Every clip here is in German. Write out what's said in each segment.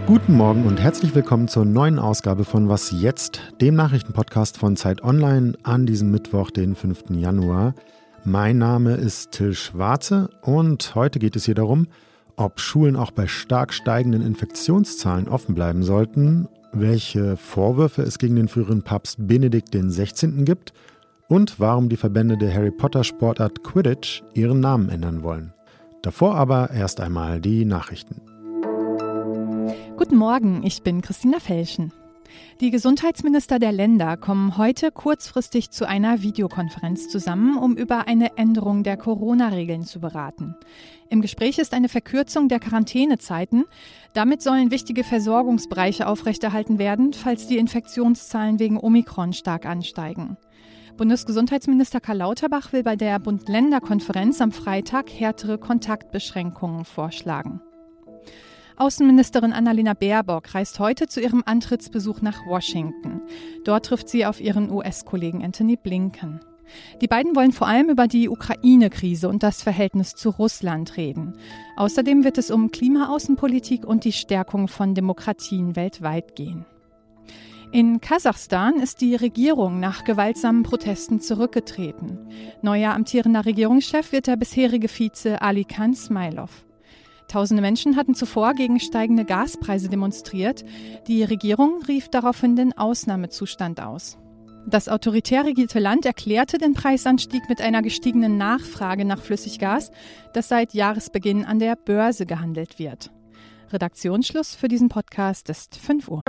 Guten Morgen und herzlich willkommen zur neuen Ausgabe von Was jetzt?, dem Nachrichtenpodcast von Zeit Online an diesem Mittwoch, den 5. Januar. Mein Name ist Till Schwarze und heute geht es hier darum, ob Schulen auch bei stark steigenden Infektionszahlen offen bleiben sollten, welche Vorwürfe es gegen den früheren Papst Benedikt XVI. Gibt und warum die Verbände der Harry Potter Sportart Quidditch ihren Namen ändern wollen. Davor aber erst einmal die Nachrichten. Guten Morgen, ich bin Christina Felschen. Die Gesundheitsminister der Länder kommen heute kurzfristig zu einer Videokonferenz zusammen, um über eine Änderung der Corona-Regeln zu beraten. Im Gespräch ist eine Verkürzung der Quarantänezeiten. Damit sollen wichtige Versorgungsbereiche aufrechterhalten werden, falls die Infektionszahlen wegen Omikron stark ansteigen. Bundesgesundheitsminister Karl Lauterbach will bei der Bund-Länder-Konferenz am Freitag härtere Kontaktbeschränkungen vorschlagen. Außenministerin Annalena Baerbock reist heute zu ihrem Antrittsbesuch nach Washington. Dort trifft sie auf ihren US-Kollegen Antony Blinken. Die beiden wollen vor allem über die Ukraine-Krise und das Verhältnis zu Russland reden. Außerdem wird es um Klimaaußenpolitik und die Stärkung von Demokratien weltweit gehen. In Kasachstan ist die Regierung nach gewaltsamen Protesten zurückgetreten. Neuer amtierender Regierungschef wird der bisherige Vize Alikan Smilov. Tausende Menschen hatten zuvor gegen steigende Gaspreise demonstriert. Die Regierung rief daraufhin den Ausnahmezustand aus. Das autoritär regierte Land erklärte den Preisanstieg mit einer gestiegenen Nachfrage nach Flüssiggas, das seit Jahresbeginn an der Börse gehandelt wird. Redaktionsschluss für diesen Podcast ist 5 Uhr.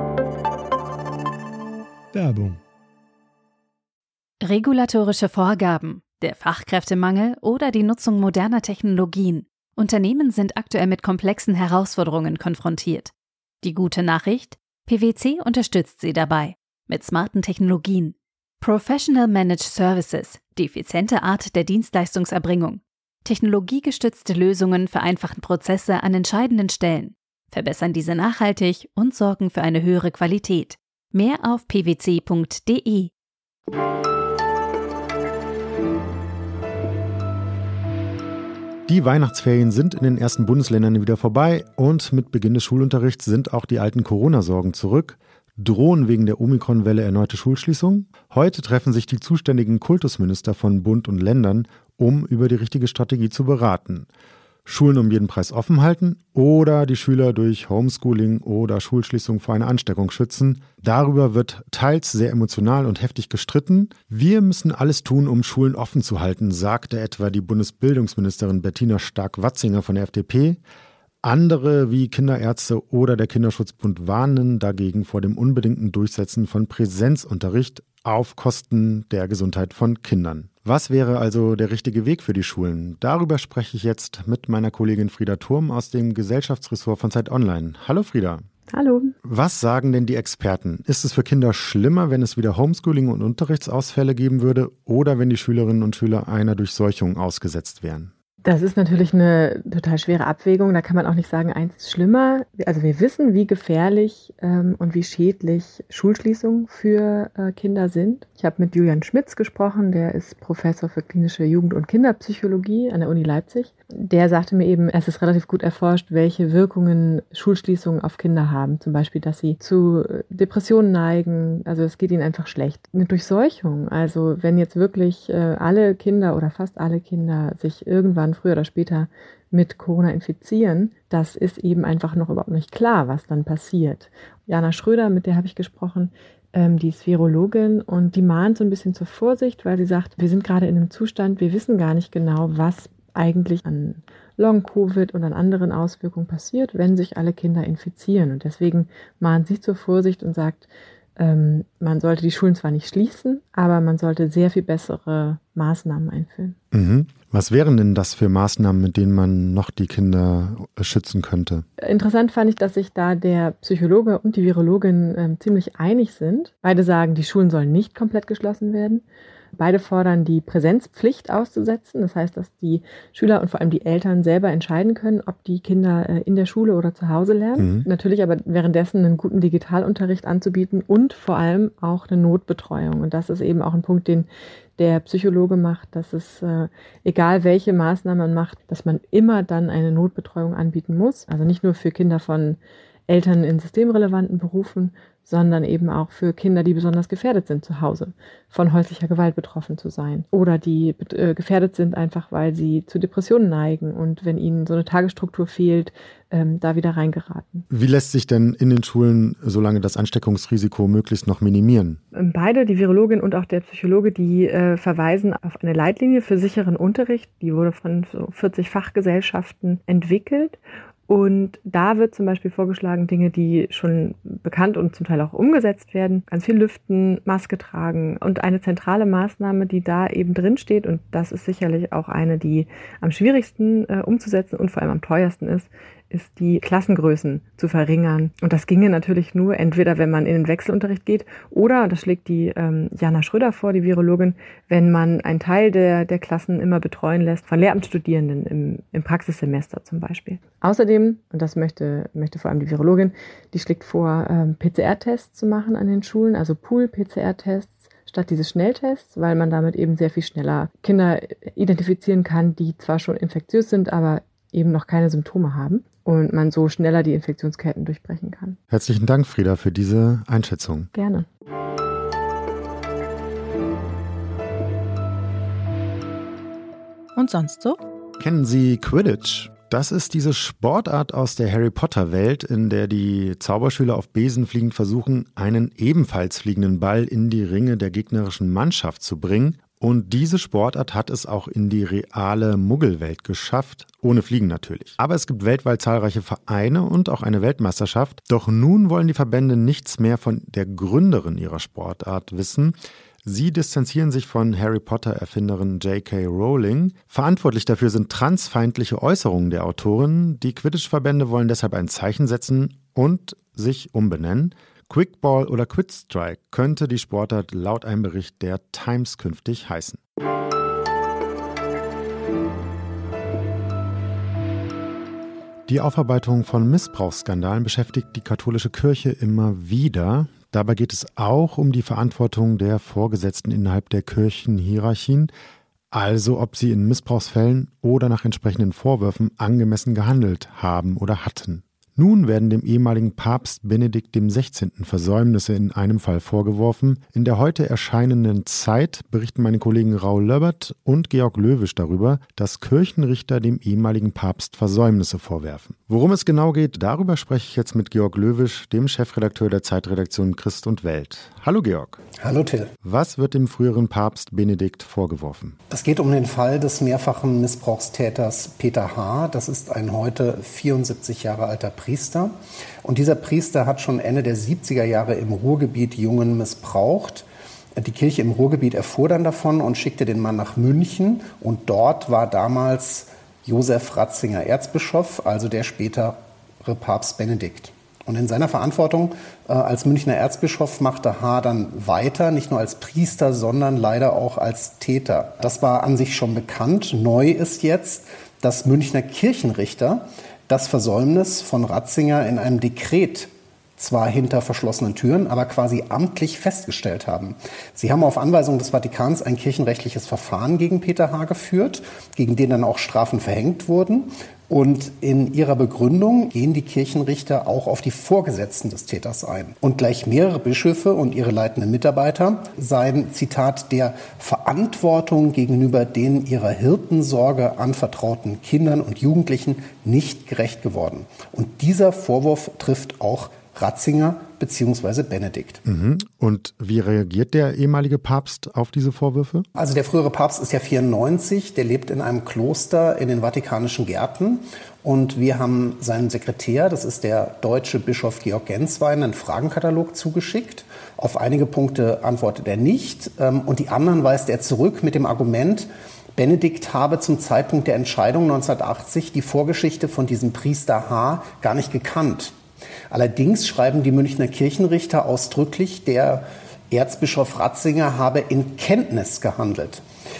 Werbung. Regulatorische Vorgaben, der Fachkräftemangel oder die Nutzung moderner Technologien. Unternehmen sind aktuell mit komplexen Herausforderungen konfrontiert. Die gute Nachricht? PwC unterstützt sie dabei. Mit smarten Technologien. Professional Managed Services, die effiziente Art der Dienstleistungserbringung. Technologiegestützte Lösungen vereinfachen Prozesse an entscheidenden Stellen, verbessern diese nachhaltig und sorgen für eine höhere Qualität. Mehr auf pwc.de. Die Weihnachtsferien sind in den ersten Bundesländern wieder vorbei und mit Beginn des Schulunterrichts sind auch die alten Corona-Sorgen zurück. Drohen wegen der Omikron-Welle erneute Schulschließungen? Heute treffen sich die zuständigen Kultusminister von Bund und Ländern, um über die richtige Strategie zu beraten. Schulen um jeden Preis offen halten oder die Schüler durch Homeschooling oder Schulschließung vor einer Ansteckung schützen. Darüber wird teils sehr emotional und heftig gestritten. Wir müssen alles tun, um Schulen offen zu halten, sagte etwa die Bundesbildungsministerin Bettina Stark-Watzinger von der FDP. Andere wie Kinderärzte oder der Kinderschutzbund warnen dagegen vor dem unbedingten Durchsetzen von Präsenzunterricht auf Kosten der Gesundheit von Kindern. Was wäre also der richtige Weg für die Schulen? Darüber spreche ich jetzt mit meiner Kollegin Frieda Turm aus dem Gesellschaftsressort von Zeit Online. Hallo Frieda. Hallo. Was sagen denn die Experten? Ist es für Kinder schlimmer, wenn es wieder Homeschooling und Unterrichtsausfälle geben würde oder wenn die Schülerinnen und Schüler einer Durchseuchung ausgesetzt wären? Das ist natürlich eine total schwere Abwägung. Da kann man auch nicht sagen, eins ist schlimmer. Also wir wissen, wie gefährlich und wie schädlich Schulschließungen für Kinder sind. Ich habe mit Julian Schmitz gesprochen, der ist Professor für klinische Jugend- und Kinderpsychologie an der Uni Leipzig. Der sagte mir eben, es ist relativ gut erforscht, welche Wirkungen Schulschließungen auf Kinder haben. Zum Beispiel, dass sie zu Depressionen neigen, also es geht ihnen einfach schlecht. Eine Durchseuchung, also wenn jetzt wirklich alle Kinder oder fast alle Kinder sich irgendwann früher oder später mit Corona infizieren, das ist eben einfach noch überhaupt nicht klar, was dann passiert. Jana Schröder, mit der habe ich gesprochen, die ist Virologin und die mahnt so ein bisschen zur Vorsicht, weil sie sagt, wir sind gerade in einem Zustand, wir wissen gar nicht genau, was eigentlich an Long-Covid und an anderen Auswirkungen passiert, wenn sich alle Kinder infizieren. Und deswegen mahnt sie zur Vorsicht und sagt, man sollte die Schulen zwar nicht schließen, aber man sollte sehr viel bessere Maßnahmen einführen. Mhm. Was wären denn das für Maßnahmen, mit denen man noch die Kinder schützen könnte? Interessant fand ich, dass sich da der Psychologe und die Virologin ziemlich einig sind. Beide sagen, die Schulen sollen nicht komplett geschlossen werden. Beide fordern, die Präsenzpflicht auszusetzen. Das heißt, dass die Schüler und vor allem die Eltern selber entscheiden können, ob die Kinder in der Schule oder zu Hause lernen. Natürlich aber währenddessen einen guten Digitalunterricht anzubieten und vor allem auch eine Notbetreuung. Und das ist eben auch ein Punkt, den der Psychologe macht, dass es, egal welche Maßnahmen man macht, dass man immer dann eine Notbetreuung anbieten muss. Also nicht nur für Kinder von Eltern in systemrelevanten Berufen, sondern eben auch für Kinder, die besonders gefährdet sind zu Hause, von häuslicher Gewalt betroffen zu sein oder die gefährdet sind einfach, weil sie zu Depressionen neigen und wenn ihnen so eine Tagesstruktur fehlt, da wieder reingeraten. Wie lässt sich denn in den Schulen, solange das Ansteckungsrisiko möglichst noch minimieren? Beide, die Virologin und auch der Psychologe, die verweisen auf eine Leitlinie für sicheren Unterricht. Die wurde von so 40 Fachgesellschaften entwickelt. Und da wird zum Beispiel vorgeschlagen, Dinge, die schon bekannt und zum Teil auch umgesetzt werden. Ganz viel lüften, Maske tragen. Und eine zentrale Maßnahme, die da eben drin steht, und das ist sicherlich auch eine, die am schwierigsten umzusetzen und vor allem am teuersten ist die Klassengrößen zu verringern. Und das ginge natürlich nur entweder, wenn man in den Wechselunterricht geht oder, das schlägt die Jana Schröder vor, die Virologin, wenn man einen Teil der Klassen immer betreuen lässt von Lehramtsstudierenden im Praxissemester zum Beispiel. Außerdem, und das möchte vor allem die Virologin, die schlägt vor, PCR-Tests zu machen an den Schulen, also Pool-PCR-Tests statt diese Schnelltests, weil man damit eben sehr viel schneller Kinder identifizieren kann, die zwar schon infektiös sind, aber eben noch keine Symptome haben und man so schneller die Infektionsketten durchbrechen kann. Herzlichen Dank, Frieda, für diese Einschätzung. Gerne. Und sonst so? Kennen Sie Quidditch? Das ist diese Sportart aus der Harry-Potter-Welt, in der die Zauberschüler auf Besen fliegend versuchen, einen ebenfalls fliegenden Ball in die Ringe der gegnerischen Mannschaft zu bringen. Und diese Sportart hat es auch in die reale Muggelwelt geschafft, ohne Fliegen natürlich. Aber es gibt weltweit zahlreiche Vereine und auch eine Weltmeisterschaft. Doch nun wollen die Verbände nichts mehr von der Gründerin ihrer Sportart wissen. Sie distanzieren sich von Harry Potter-Erfinderin J.K. Rowling. Verantwortlich dafür sind transfeindliche Äußerungen der Autorin. Die Quidditch-Verbände wollen deshalb ein Zeichen setzen und sich umbenennen. Quickball oder Quidstrike könnte die Sportart laut einem Bericht der Times künftig heißen. Die Aufarbeitung von Missbrauchsskandalen beschäftigt die katholische Kirche immer wieder. Dabei geht es auch um die Verantwortung der Vorgesetzten innerhalb der Kirchenhierarchien, also ob sie in Missbrauchsfällen oder nach entsprechenden Vorwürfen angemessen gehandelt haben oder hatten. Nun werden dem ehemaligen Papst Benedikt XVI. Versäumnisse in einem Fall vorgeworfen. In der heute erscheinenden Zeit berichten meine Kollegen Raul Löbbert und Georg Löwisch darüber, dass Kirchenrichter dem ehemaligen Papst Versäumnisse vorwerfen. Worum es genau geht, darüber spreche ich jetzt mit Georg Löwisch, dem Chefredakteur der Zeitredaktion Christ und Welt. Hallo Georg. Hallo Till. Was wird dem früheren Papst Benedikt vorgeworfen? Es geht um den Fall des mehrfachen Missbrauchstäters Peter H. Das ist ein heute 74 Jahre alter Priester. Und dieser Priester hat schon Ende der 70er Jahre im Ruhrgebiet Jungen missbraucht. Die Kirche im Ruhrgebiet erfuhr dann davon und schickte den Mann nach München. Und dort war damals Josef Ratzinger Erzbischof, also der spätere Papst Benedikt. Und in seiner Verantwortung als Münchner Erzbischof machte H. dann weiter, nicht nur als Priester, sondern leider auch als Täter. Das war an sich schon bekannt. Neu ist jetzt, dass Münchner Kirchenrichter das Versäumnis von Ratzinger in einem Dekret zwar hinter verschlossenen Türen, aber quasi amtlich festgestellt haben. Sie haben auf Anweisung des Vatikans ein kirchenrechtliches Verfahren gegen Peter H. geführt, gegen den dann auch Strafen verhängt wurden. Und in ihrer Begründung gehen die Kirchenrichter auch auf die Vorgesetzten des Täters ein. Und gleich mehrere Bischöfe und ihre leitenden Mitarbeiter seien, Zitat, der Verantwortung gegenüber den ihrer Hirtensorge anvertrauten Kindern und Jugendlichen nicht gerecht geworden. Und dieser Vorwurf trifft auch Ratzinger bzw. Benedikt. Und wie reagiert der ehemalige Papst auf diese Vorwürfe? Also der frühere Papst ist ja 94, der lebt in einem Kloster in den Vatikanischen Gärten. Und wir haben seinem Sekretär, das ist der deutsche Bischof Georg Genswein, einen Fragenkatalog zugeschickt. Auf einige Punkte antwortet er nicht und die anderen weist er zurück mit dem Argument, Benedikt habe zum Zeitpunkt der Entscheidung 1980 die Vorgeschichte von diesem Priester H. gar nicht gekannt. Allerdings schreiben die Münchner Kirchenrichter ausdrücklich, der Erzbischof Ratzinger habe in Kenntnis gehandelt.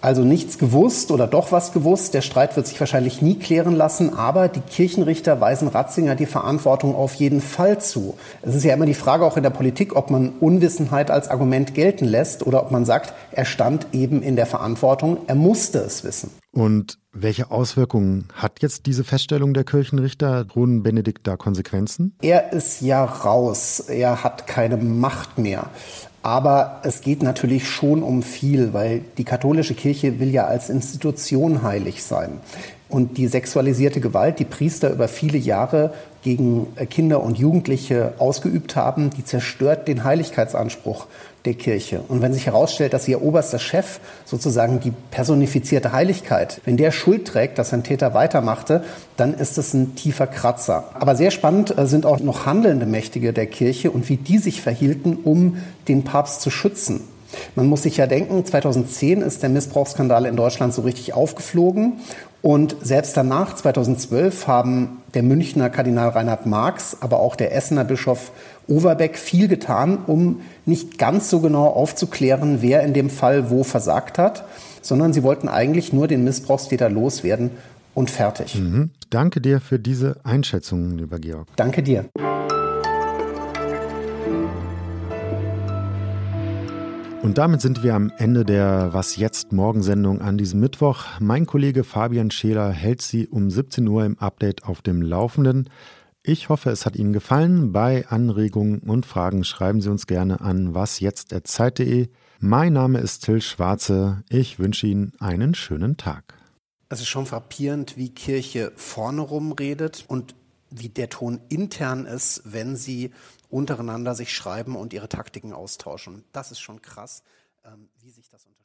Also nichts gewusst oder doch was gewusst. Der Streit wird sich wahrscheinlich nie klären lassen, aber die Kirchenrichter weisen Ratzinger die Verantwortung auf jeden Fall zu. Es ist ja immer die Frage auch in der Politik, ob man Unwissenheit als Argument gelten lässt oder ob man sagt, er stand eben in der Verantwortung, er musste es wissen. Und welche Auswirkungen hat jetzt diese Feststellung der Kirchenrichter? Drohen Benedikt da Konsequenzen? Er ist ja raus, er hat keine Macht mehr. Aber es geht natürlich schon um viel, weil die katholische Kirche will ja als Institution heilig sein. Und die sexualisierte Gewalt, die Priester über viele Jahre gegen Kinder und Jugendliche ausgeübt haben, die zerstört den Heiligkeitsanspruch der Kirche. Und wenn sich herausstellt, dass ihr oberster Chef sozusagen die personifizierte Heiligkeit, wenn der Schuld trägt, dass ein Täter weitermachte, dann ist es ein tiefer Kratzer. Aber sehr spannend sind auch noch handelnde Mächtige der Kirche und wie die sich verhielten, um den Papst zu schützen. Man muss sich ja denken, 2010 ist der Missbrauchsskandal in Deutschland so richtig aufgeflogen. Und selbst danach, 2012, haben der Münchner Kardinal Reinhard Marx, aber auch der Essener Bischof Overbeck viel getan, um nicht ganz so genau aufzuklären, wer in dem Fall wo versagt hat, sondern sie wollten eigentlich nur den Missbrauchstäter loswerden und fertig. Danke dir für diese Einschätzung, lieber Georg. Danke dir. Und damit sind wir am Ende der Was jetzt Morgensendung an diesem Mittwoch. Mein Kollege Fabian Scheler hält Sie um 17 Uhr im Update auf dem Laufenden. Ich hoffe, es hat Ihnen gefallen. Bei Anregungen und Fragen schreiben Sie uns gerne an wasjetzt@zeit.de. Mein Name ist Till Schwarze. Ich wünsche Ihnen einen schönen Tag. Es ist schon frappierend, wie Kirche vorne rum redet und wie der Ton intern ist, wenn sie untereinander sich schreiben und ihre Taktiken austauschen. Das ist schon krass, wie sich das unterscheidet.